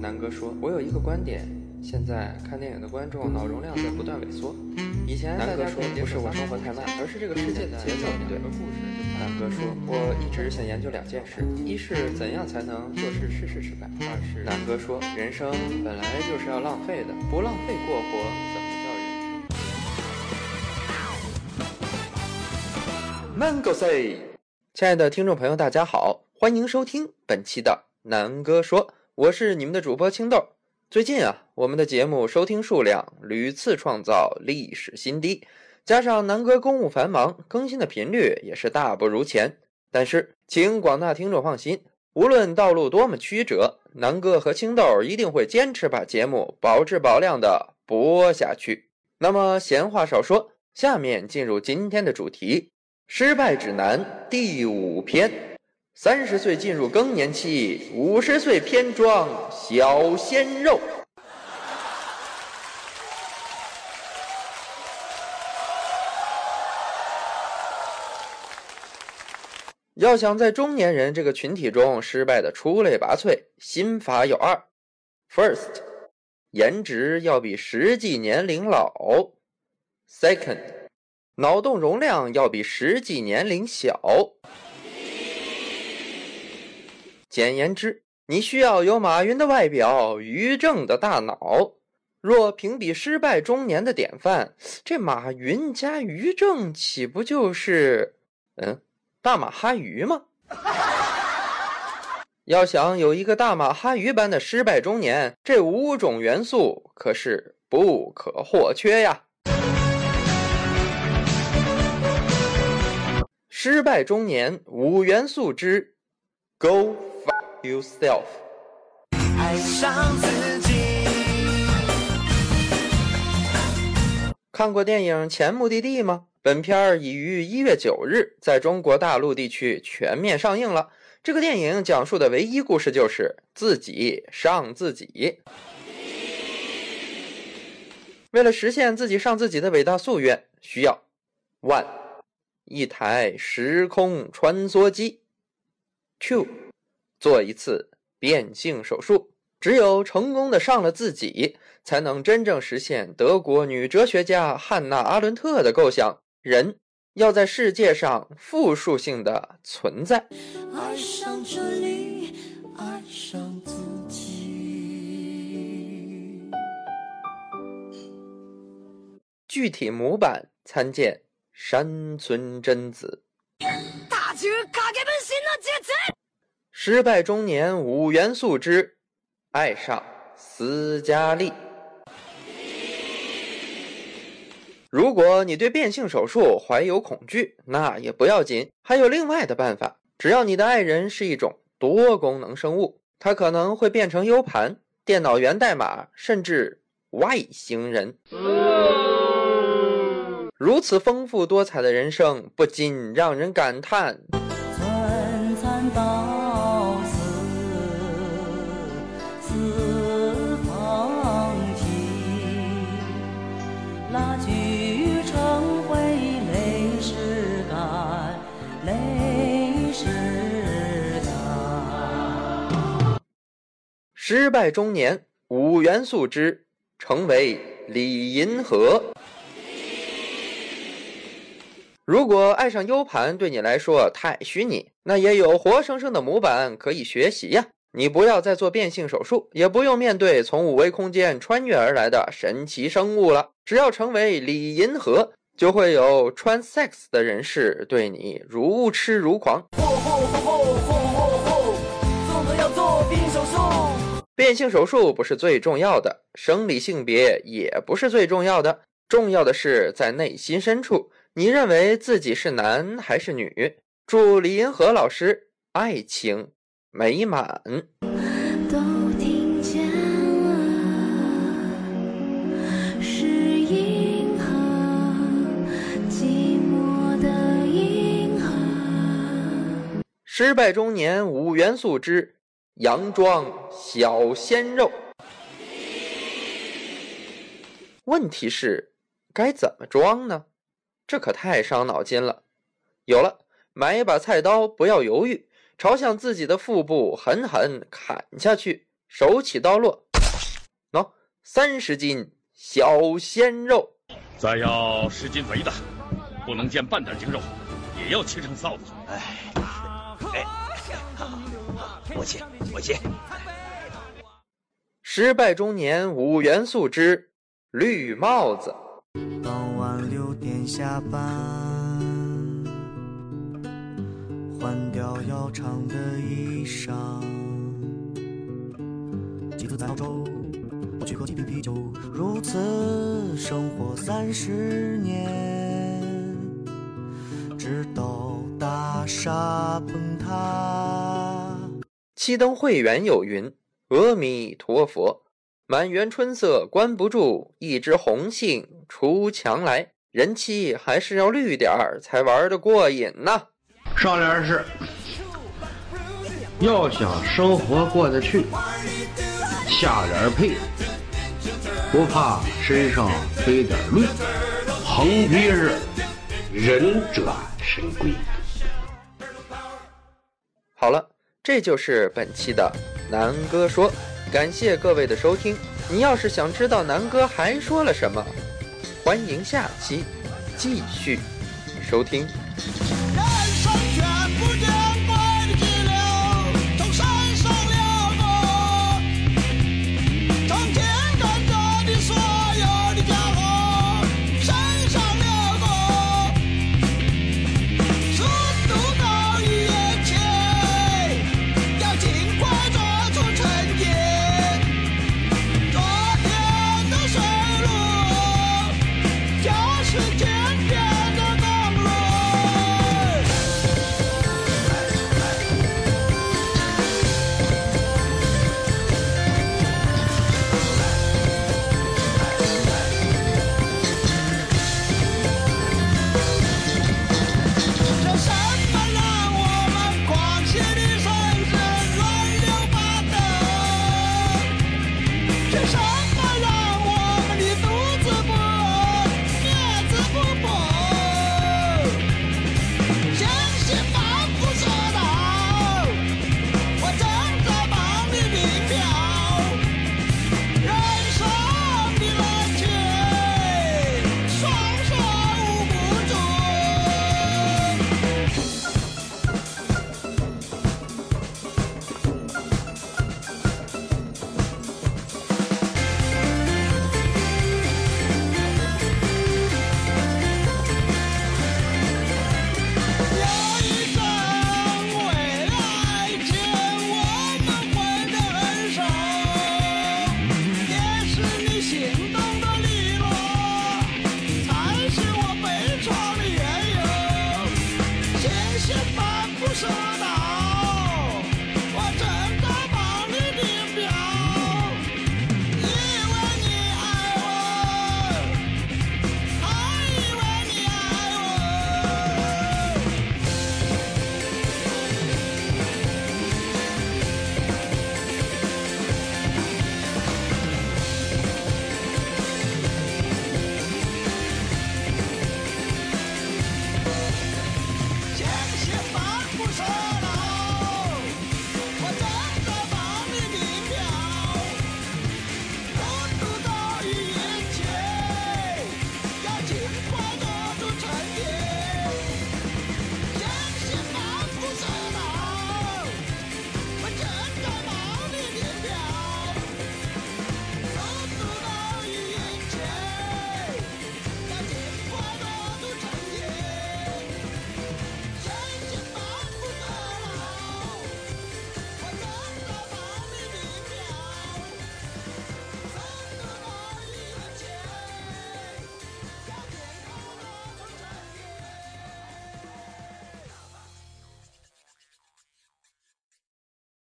南哥说，我有一个观点，现在看电影的观众脑容量在不断萎缩。以前南哥说不是我生活太慢，而是这个世界的节奏不对。南哥说，我一直想研究2件事，一是怎样才能做事事事失败，二是南哥说，人生本来就是要浪费的，不浪费过活怎么叫人生？Mango say， 亲爱的听众朋友大家好，欢迎收听本期的南哥说，我是你们的主播青豆。最近我们的节目收听数量屡次创造历史新低，加上南哥公务繁忙，更新的频率也是大不如前。但是请广大听众放心，无论道路多么曲折，南哥和青豆一定会坚持把节目保质保量的播下去。那么闲话少说，下面进入今天的主题，失败指南第5篇，30岁进入更年期，50岁偏装小鲜肉。要想在中年人这个群体中失败的出类拔萃，心法有2。 First， 颜值要比实际年龄老。 Second， 脑洞容量要比实际年龄小。简言之，你需要有马云的外表，于正的大脑。若评比失败中年的典范，这马云加于正岂不就是大马哈鱼吗？要想有一个大马哈鱼般的失败中年，这5种元素可是不可或缺呀。失败中年5元素之 Go fuck yourself。 爱上自己。 看过电影《前目的地》吗？本片已于1月9日在中国大陆地区全面上映了。这个电影讲述的唯一故事就是自己上自己。为了实现自己上自己的伟大夙愿，需要 1. 一台时空穿梭机。 2. 做一次变性手术。只有成功的上了自己，才能真正实现德国女哲学家汉娜·阿伦特的构想，人要在世界上复数性的存在。 爱上这里，爱上自己。 具体模板参见山村贞子。失败中年5元素之爱上斯嘉丽。如果你对变性手术怀有恐惧，那也不要紧，还有另外的办法。只要你的爱人是一种多功能生物，它可能会变成 U 盘、电脑源代码，甚至外星人。如此丰富多彩的人生，不禁让人感叹： 存残到死，四方起，蜡炬成灰泪始干，泪始干。 失败中年5元素之成为李银河。如果爱上 U 盘对你来说太虚拟，那也有活生生的模板可以学习呀。你不要再做变性手术，也不用面对从5维空间穿越而来的神奇生物了。只要成为李银河，就会有穿 sex 的人士对你如痴如狂。 要做变性手术。 变性手术不是最重要的，生理性别也不是最重要的，重要的是在内心深处，你认为自己是男还是女？祝李银河老师爱情美满。 都听见了，是银河，寂寞的银河。 失败中年5元素之佯装小鲜肉。问题是该怎么装呢？这可太伤脑筋了。有了，买一把菜刀，不要犹豫，朝向自己的腹部狠狠砍下去， 手起刀落，30斤小鲜肉， 再要10斤肥的，不能见半点精肉，也要切成臊子。 我切。 失败中年5元素之绿帽子。 傍晚6点下班，换掉要长的衣裳，妻子在澳洲，我去喝几瓶啤酒，如此生活30年，直到大厦崩塌。 七灯会员有云：阿弥陀佛，满园春色关不住，一枝红杏出墙来，人气还是要绿点儿才玩得过瘾呢。 上联是要想生活过得去，下联配不怕身上背点绿，横批是仁者神龟。 好了，这就是本期的南哥说，感谢各位的收听。你要是想知道南哥还说了什么，欢迎下期继续收听。